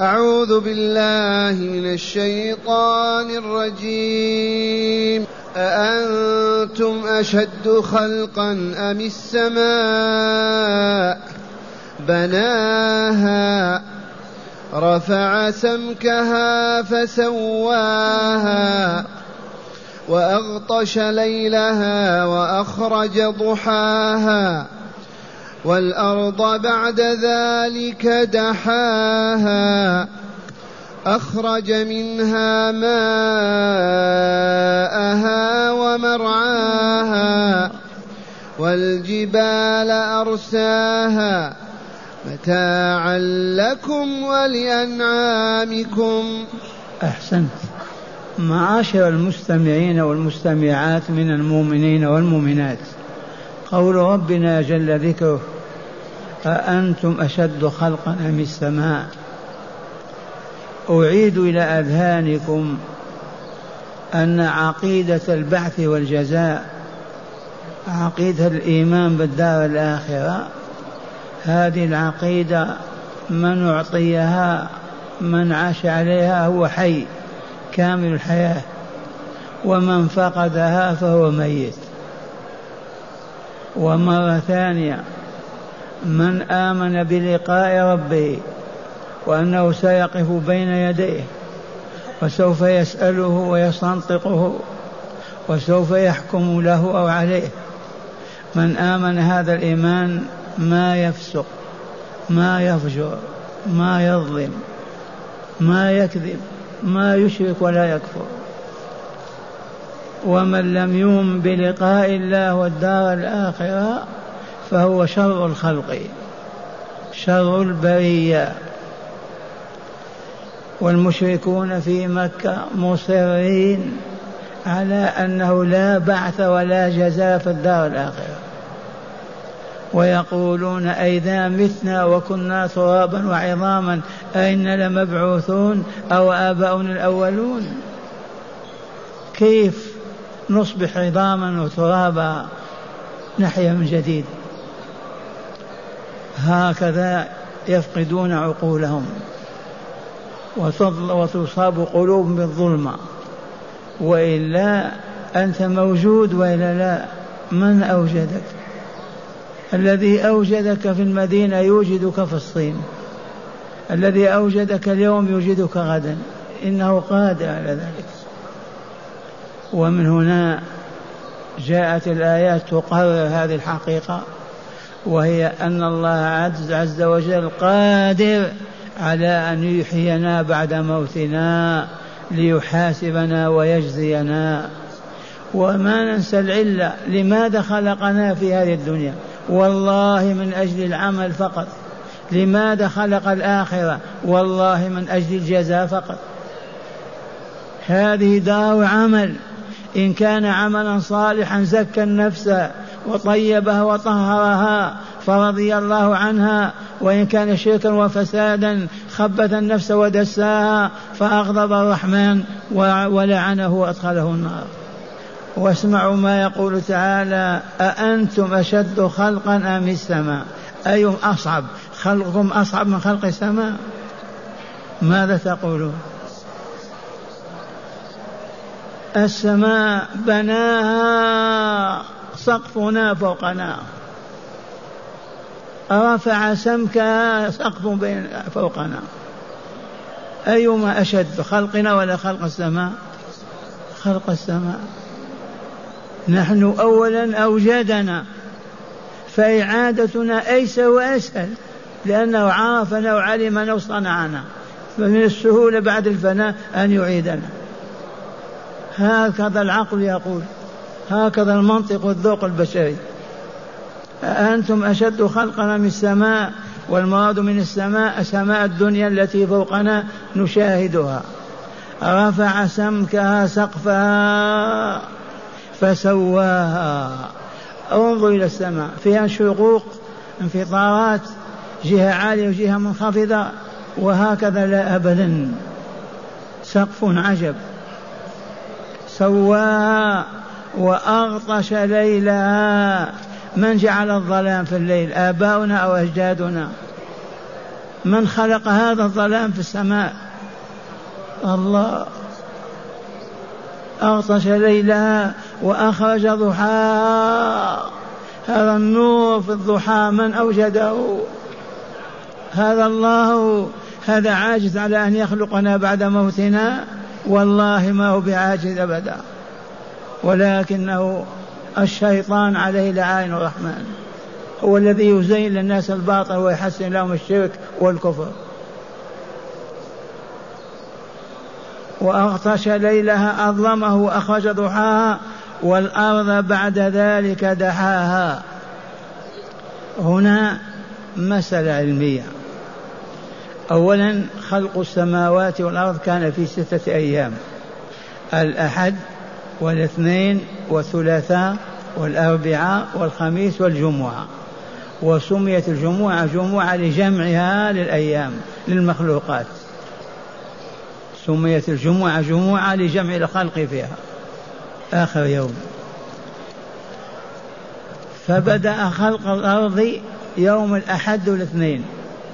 أعوذ بالله من الشيطان الرجيم. أأنتم أشد خلقا أم السماء بناها رفع سمكها فسواها وأغطش ليلها وأخرج ضحاها والأرض بعد ذلك دحاها أخرج منها ماءها ومرعاها والجبال أرساها متاعا لكم ولأنعامكم. أحسنت. معاشر المستمعين والمستمعات من المؤمنين والمؤمنات، قول ربنا جل ذكره: أأنتم أشد خلقا أم السماء. أعيد إلى أذهانكم أن عقيدة البعث والجزاء، عقيدة الإيمان بالدار الآخرة، هذه العقيدة من أعطيها من عاش عليها هو حي كامل الحياة، ومن فقدها فهو ميت. ومرة ثانية، من آمن بلقاء ربه وأنه سيقف بين يديه وسوف يسأله ويستنطقه وسوف يحكم له أو عليه، من آمن هذا الإيمان ما يفسق ما يفجر ما يظلم ما يكذب ما يشرك ولا يكفر. ومن لم يؤمن بلقاء الله والدار الآخرة فهو شر الخلق شر البرية. والمشركون في مكة مصرين على أنه لا بعث ولا جزاء في الدار الآخرة، ويقولون أئذا متنا وكنا ترابا وعظاما أئنا لمبعوثون أو آباؤنا الأولون. كيف نصبح عظاما وترابا نحيا من جديد؟ هكذا يفقدون عقولهم وتصاب قلوب بالظلمة. وإلا أنت موجود وإلا لا؟ من أوجدك؟ الذي أوجدك في المدينة يوجدك في الصين، الذي أوجدك اليوم يوجدك غدا، إنه قادر على ذلك. ومن هنا جاءت الآيات تقرر هذه الحقيقة، وهي أن الله عز وجل قادر على أن يحيينا بعد موتنا ليحاسبنا ويجزينا. وما ننسى العلة، لماذا خلقنا في هذه الدنيا؟ والله من أجل العمل فقط. لماذا خلق الآخرة؟ والله من أجل الجزاء فقط. هذه دار عمل، إن كان عملا صالحا زكى النفس وطيبها وطهرها فرضي الله عنها، وإن كان شركا وفسادا خبث النفس ودساها فأغضب الرحمن ولعنه وأدخله النار. واسمعوا ما يقول تعالى: أأنتم أشد خلقا أم السماء؟ أيهم أصعب؟ خلقكم أصعب من خلق السماء؟ ماذا تقولون؟ السماء بناها سقفنا فوقنا، رفع سمكها سقف بين فوقنا. أيما أشد، خلقنا ولا خلق السماء؟ خلق السماء. نحن أولا أوجدنا، فإعادتنا أيسر وأسهل، لأنه عرفنا وعلمنا وصنعنا، فمن السهولة بعد الفناء أن يعيدنا. هكذا العقل يقول، هكذا المنطق والذوق البشري. أنتم أشد خلقا من السماء، والمراد من السماء سماء الدنيا التي فوقنا نشاهدها. رفع سمكها سقفها فسواها. انظر إلى السماء، فيها شقوق انفطارات، جهة عالية وجهة منخفضة، وهكذا لا أبدا، سقف عجب. سواها وأغطش ليلها. من جعل الظلام في الليل؟ آباؤنا أو أجدادنا؟ من خلق هذا الظلام في السماء؟ الله. أغطش ليلها وأخرج ضحاها. هذا النور في الضحى من أوجده؟ هذا الله. هذا عاجز على أن يخلقنا بعد موتنا؟ والله ما هو بعاجز أبدا، ولكنه الشيطان عليه لعائن الرحمن هو الذي يزين للناس الباطل ويحسن لهم الشرك والكفر. وأغطش ليلها أظلمه وأخرج ضحاها والأرض بعد ذلك دحاها. هنا مسألة علمية. أولا خلق السماوات والأرض كان في 6 أيام: الأحد والاثنين والثلاثاء والأربعاء والخميس والجمعة. وسميت الجمعة جمعة لجمعها للأيام للمخلوقات، سميت الجمعة جمعة لجمع الخلق فيها آخر يوم. فبدأ خلق الأرض يوم الأحد والاثنين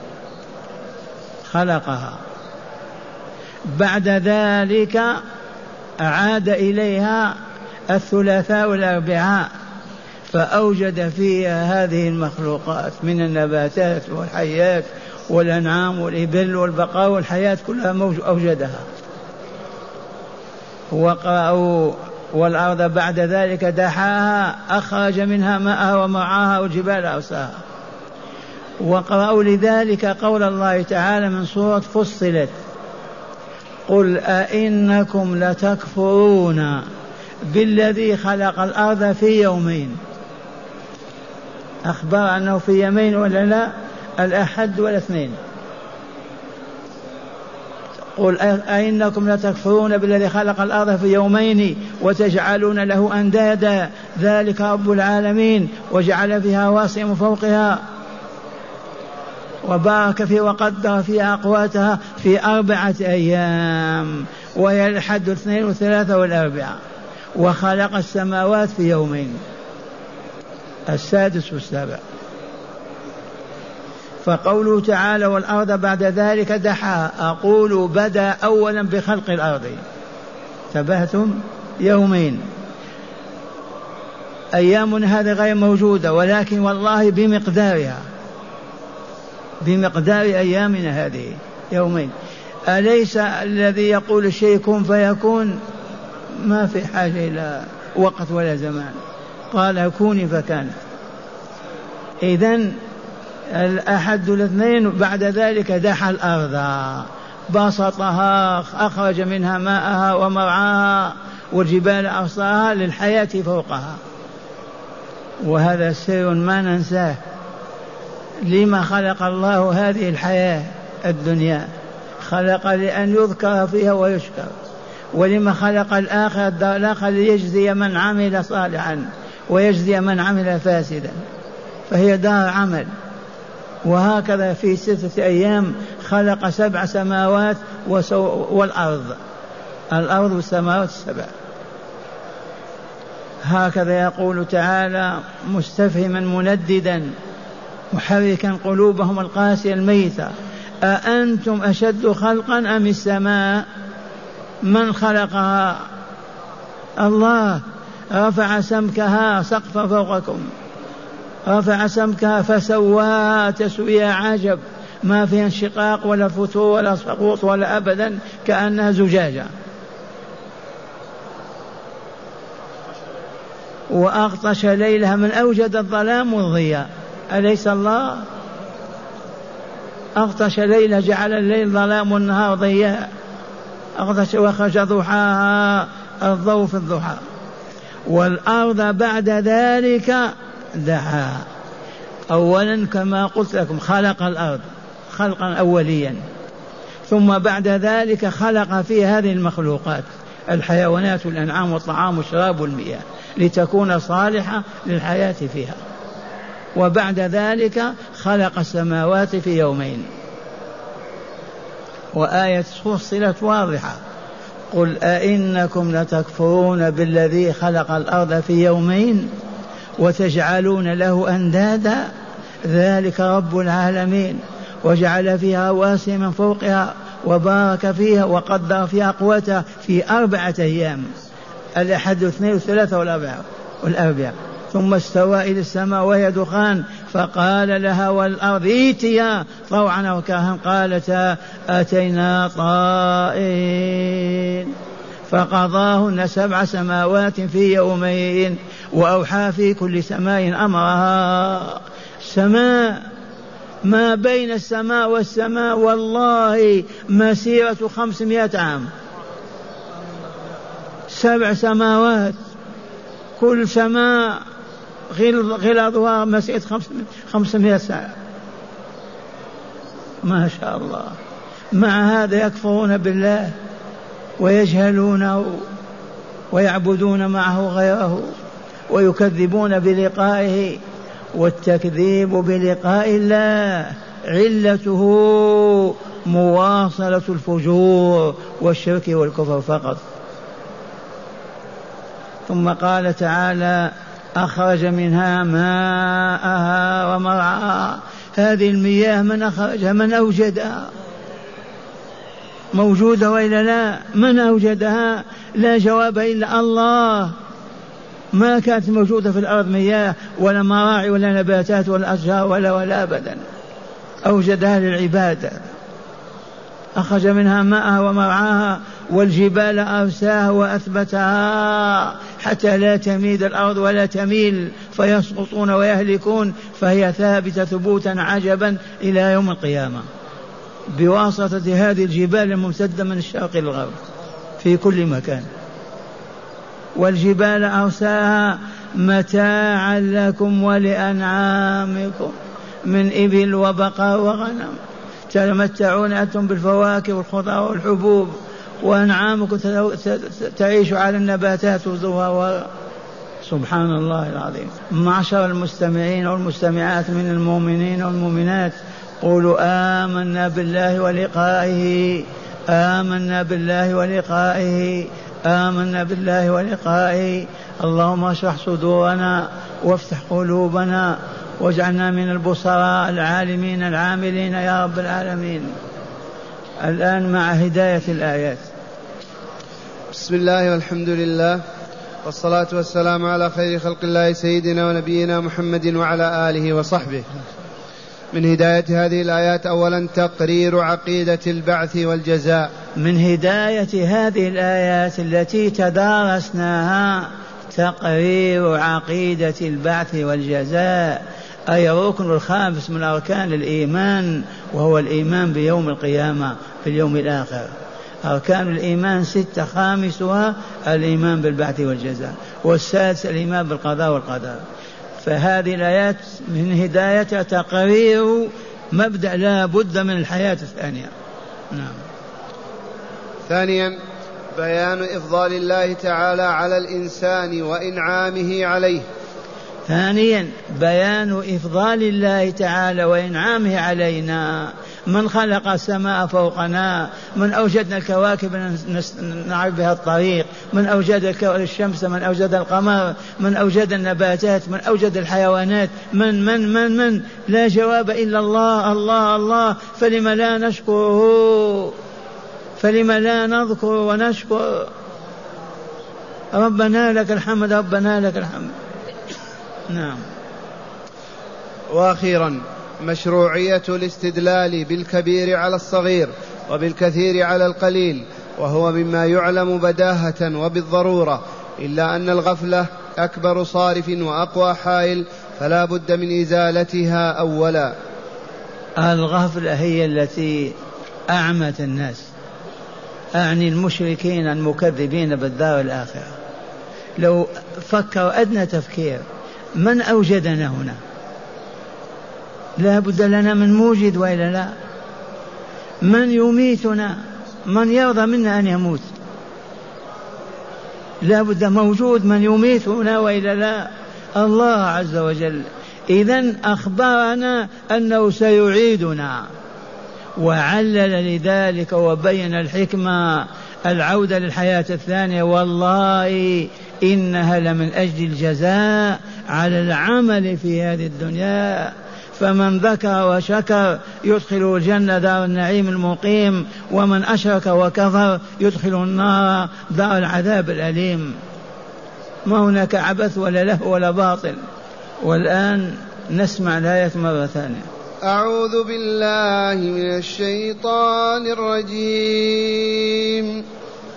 خلقها، بعد ذلك عاد إليها الثلاثاء والأربعاء فأوجد فيها هذه المخلوقات من النباتات والحيات والأنعام والإبل والبقاء والحياة كلها أوجدها. وقرأوا والأرض بعد ذلك دحاها أخرج منها ماءها ومرعاها والجبال أرساها. وقرأوا لذلك قول الله تعالى من سورة فصلت: قل أئنكم لتكفرون بالذي خلق الأرض في يومين. أخبر أنه في يومين ولا لا؟ الأحد والاثنين. قل أئنكم لتكفرون بالذي خلق الأرض في يومين وتجعلون له أندادا ذلك رب العالمين وجعل فيها رواسي من فوقها وبارك فيه وقدر فيها أقواتها في 4 أيام وهي الأحد والاثنين والثلاثة والأربعاء. وخلق السماوات في يومين، السادس والسابع. فقوله تعالى والأرض بعد ذلك دحاها، أقول بدأ أولا بخلق الأرض، تبهتم يومين. أيام هذه غير موجودة، ولكن والله بمقدارها، بمقدار أيامنا هذه يومين. أليس الذي يقول الشيء كن فيكون؟ ما في حاجة إلى وقت ولا زمان، قال كوني فكانت. إذن الأحد والاثنين بعد ذلك دحى الأرض بسطها أخرج منها ماءها ومرعاها والجبال أرساها للحياة فوقها. وهذا سر ما ننساه. لما خلق الله هذه الحياة الدنيا؟ خلق لأن يذكر فيها ويشكر. ولما خلق الآخرة الدار الآخرة ليجزي من عمل صالحا ويجزي من عمل فاسدا، فهي دار عمل. وهكذا في 6 أيام خلق 7 سماوات والأرض، الأرض والسماوات السبع. هكذا يقول تعالى مستفهما منددا محركا قلوبهم القاسية الميتة: أأنتم أشد خلقا أم السماء؟ من خلقها؟ الله. رفع سمكها سقف فوقكم، رفع سمكها فسواها تسوية عجب، ما فيها انشقاق ولا فتور ولا سقوط ولا أبدا، كأنها زجاجة. وأغطش ليلها، من أوجد الظلام والضياء؟ أليس الله؟ أغطش ليلها جعل الليل ظلام والنهار ضياء. أغطش وخرج ضحاها، الضوء في الضحى. والأرض بعد ذلك دحاها. أولا كما قلت لكم خلق الأرض خلقا أوليا، ثم بعد ذلك خلق فيها هذه المخلوقات الحيوانات والأنعام والطعام والشراب والمياه لتكون صالحة للحياة فيها. وبعد ذلك خلق السماوات في يومين. وآية فصلت واضحة: قل أئنكم لتكفرون بالذي خلق الأرض في يومين وتجعلون له أندادا ذلك رب العالمين وجعل فيها رواسي من فوقها وبارك فيها وقدر فيها قوتها في 4 أيام، الأحد والاثنين والثلاثة والأربعاء. ثم استوى إلى السماء وهي دخان فقال لها والأرض ائتيا طوعا أو كرها قالتا أتينا طائعين. فقضاهن 7 سماوات في يومين وأوحى في كل سماء أمرها. سماء ما بين السماء والسماء والله مسيرة 500 عام. 7 سماوات كل سماء غلظها مسيرة 500 ساعة. ما شاء الله. مع هذا يكفرون بالله ويجهلونه ويعبدون معه غيره ويكذبون بلقائه. والتكذيب بلقاء الله علته مواصلة الفجور والشرك والكفر فقط. ثم قال تعالى أخرج منها ماءها ومرعاها. هذه المياه من أخرجها؟ من أوجدها؟ موجودة وإلا لا؟ من أوجدها؟ لا جواب إلا الله. ما كانت موجودة في الأرض مياه ولا مراعي ولا نباتات ولا أشجار ولا أبدا. أوجدها للعبادة. أخرج منها ماءها ومرعاها والجبال أرساها وأثبتها حتى لا تميد الأرض ولا تميل فيسقطون ويهلكون، فهي ثابتة ثبوتا عجبا إلى يوم القيامة بواسطة هذه الجبال الممتدة من الشرق للغرب في كل مكان. والجبال أرساها متاعا لكم ولأنعامكم من إبل وبقر وغنم تتمتعون أنتم بالفواكه والخضار والحبوب، وأنعامكم تعيش على النباتات والزهور. سبحان الله العظيم. معشر المستمعين والمستمعات من المؤمنين والمؤمنات قولوا آمنا بالله ولقائه، آمنا بالله ولقائه، آمنا بالله ولقائه. اللهم اشرح صدورنا وافتح قلوبنا واجعلنا من البصراء العالمين العاملين يا رب العالمين. الآن مع هداية الآيات. بسم الله والحمد لله والصلاة والسلام على خير خلق الله سيدنا ونبينا محمد وعلى آله وصحبه. من هداية هذه الآيات أولا تقرير عقيدة البعث والجزاء. من هداية هذه الآيات التي تدارسناها تقرير عقيدة البعث والجزاء، أي الركن الخامس من أركان الإيمان، وهو الإيمان بيوم القيامة في اليوم الآخر. أركان الإيمان 6 خامسها الإيمان بالبعث والجزاء، والسادس الإيمان بالقضاء والقدر. فهذه الآيات من هدايتها تقرير مبدأ لا بد من الحياة الثانية. نعم. ثانيا بيان إفضال الله تعالى على الإنسان وإنعامه عليه. ثانيا بيان إفضال الله تعالى وإنعامه علينا. من خلق السماء فوقنا، من أوجدنا الكواكب نعرف بها الطريق، من أوجد الشمس، من أوجد القمر، من أوجد النباتات، من أوجد الحيوانات، من لا جواب إلا الله الله الله. فلما لا نشكره؟ فلما لا نذكر ونشكر؟ ربنا لك الحمد، ربنا لك الحمد. نعم. وأخيرا مشروعية الاستدلال بالكبير على الصغير وبالكثير على القليل، وهو مما يعلم بداهة وبالضرورة، إلا أن الغفلة أكبر صارف وأقوى حائل، فلا بد من إزالتها أولا. الغفلة هي التي أعمت الناس، أعني المشركين المكذبين بالدار الآخرة. لو فكر أدنى تفكير، من أوجدنا هنا؟ لا بد لنا من موجد وإلا لا؟ من يميتنا؟ من يرضى منا أن يموت؟ لا بد موجود من يميتنا وإلا لا؟ الله عز وجل. إذن أخبرنا أنه سيعيدنا، وعلل لذلك وبين الحكمة العودة للحياة الثانية. والله إنها لمن أجل الجزاء على العمل في هذه الدنيا. فمن ذكر وشكر يدخل الجنة دار النعيم المقيم، ومن أشرك وكفر يدخل النار دار العذاب الأليم. ما هناك عبث ولا له ولا باطل. والآن نسمع الآية مرة ثانية. أعوذ بالله من الشيطان الرجيم.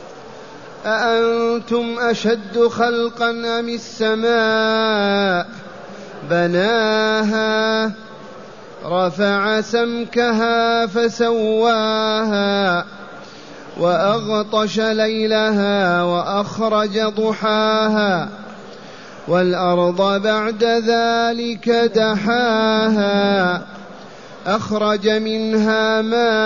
أأنتم أشد خلقا أم السماء بناها رفع سمكها فسواها وأغطش ليلها وأخرج ضحاها والأرض بعد ذلك دحاها أخرج منها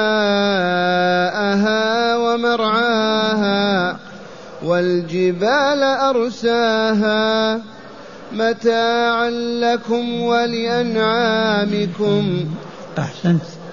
ماءها ومرعاها والجبال أرساها متاعا لكم ولأنعامكم. أحسنت.